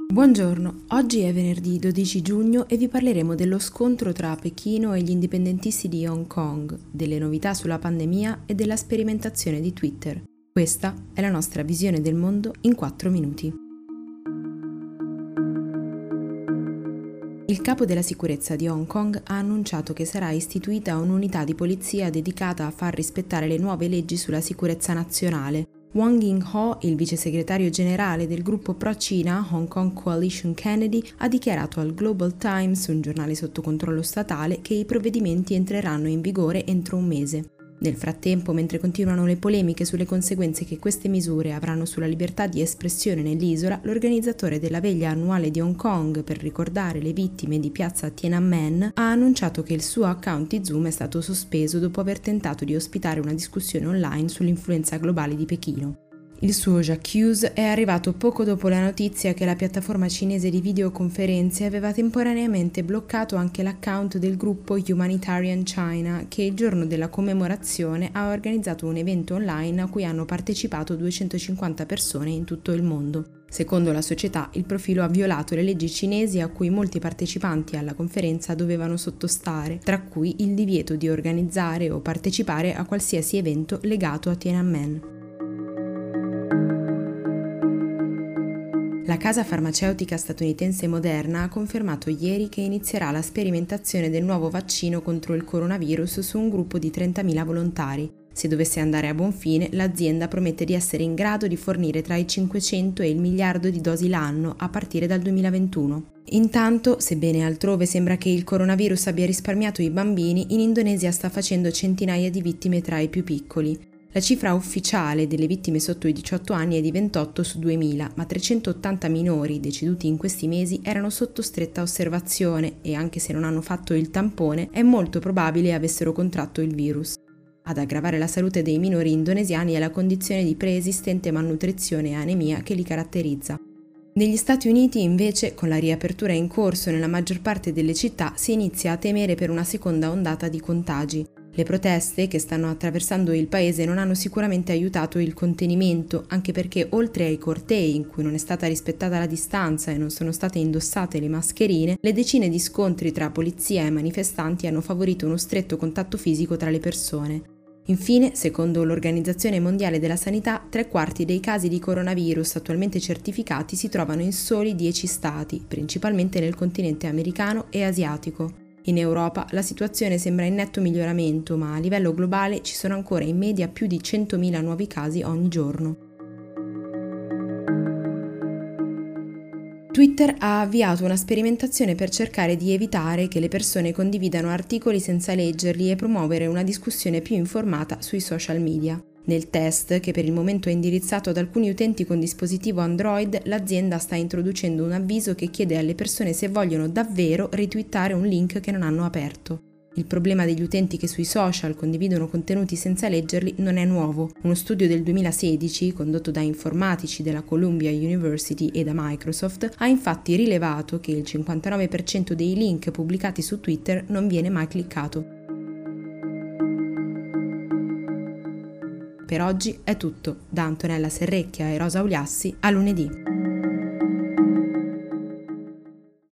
Buongiorno, oggi è venerdì 12 giugno e vi parleremo dello scontro tra Pechino e gli indipendentisti di Hong Kong, delle novità sulla pandemia e della sperimentazione di Twitter. Questa è la nostra visione del mondo in 4 minuti. Il capo della sicurezza di Hong Kong ha annunciato che sarà istituita un'unità di polizia dedicata a far rispettare le nuove leggi sulla sicurezza nazionale. Wang Yinghuo, il vice segretario generale del gruppo pro-Cina Hong Kong Coalition Kennedy, ha dichiarato al Global Times, un giornale sotto controllo statale, che i provvedimenti entreranno in vigore entro un mese. Nel frattempo, mentre continuano le polemiche sulle conseguenze che queste misure avranno sulla libertà di espressione nell'isola, l'organizzatore della veglia annuale di Hong Kong per ricordare le vittime di piazza Tiananmen ha annunciato che il suo account di Zoom è stato sospeso dopo aver tentato di ospitare una discussione online sull'influenza globale di Pechino. Il suo J'accuse è arrivato poco dopo la notizia che la piattaforma cinese di videoconferenze aveva temporaneamente bloccato anche l'account del gruppo Humanitarian China, che il giorno della commemorazione ha organizzato un evento online a cui hanno partecipato 250 persone in tutto il mondo. Secondo la società, il profilo ha violato le leggi cinesi a cui molti partecipanti alla conferenza dovevano sottostare, tra cui il divieto di organizzare o partecipare a qualsiasi evento legato a Tiananmen. La casa farmaceutica statunitense Moderna ha confermato ieri che inizierà la sperimentazione del nuovo vaccino contro il coronavirus su un gruppo di 30.000 volontari. Se dovesse andare a buon fine, l'azienda promette di essere in grado di fornire tra i 500 e il miliardo di dosi l'anno a partire dal 2021. Intanto, sebbene altrove sembra che il coronavirus abbia risparmiato i bambini, in Indonesia sta facendo centinaia di vittime tra i più piccoli. La cifra ufficiale delle vittime sotto i 18 anni è di 28 su 2000, ma 380 minori deceduti in questi mesi erano sotto stretta osservazione e, anche se non hanno fatto il tampone, è molto probabile avessero contratto il virus. Ad aggravare la salute dei minori indonesiani è la condizione di preesistente malnutrizione e anemia che li caratterizza. Negli Stati Uniti, invece, con la riapertura in corso nella maggior parte delle città, si inizia a temere per una seconda ondata di contagi. Le proteste che stanno attraversando il paese non hanno sicuramente aiutato il contenimento, anche perché oltre ai cortei in cui non è stata rispettata la distanza e non sono state indossate le mascherine, le decine di scontri tra polizia e manifestanti hanno favorito uno stretto contatto fisico tra le persone. Infine, secondo l'Organizzazione Mondiale della Sanità, 3/4 dei casi di coronavirus attualmente certificati si trovano in soli 10 stati, principalmente nel continente americano e asiatico. In Europa la situazione sembra in netto miglioramento, ma a livello globale ci sono ancora in media più di 100.000 nuovi casi ogni giorno. Twitter ha avviato una sperimentazione per cercare di evitare che le persone condividano articoli senza leggerli e promuovere una discussione più informata sui social media. Nel test, che per il momento è indirizzato ad alcuni utenti con dispositivo Android, l'azienda sta introducendo un avviso che chiede alle persone se vogliono davvero retweetare un link che non hanno aperto. Il problema degli utenti che sui social condividono contenuti senza leggerli non è nuovo. Uno studio del 2016, condotto da informatici della Columbia University e da Microsoft, ha infatti rilevato che il 59% dei link pubblicati su Twitter non viene mai cliccato. Per oggi è tutto. Da Antonella Serrecchia e Rosa Uliassi, a lunedì.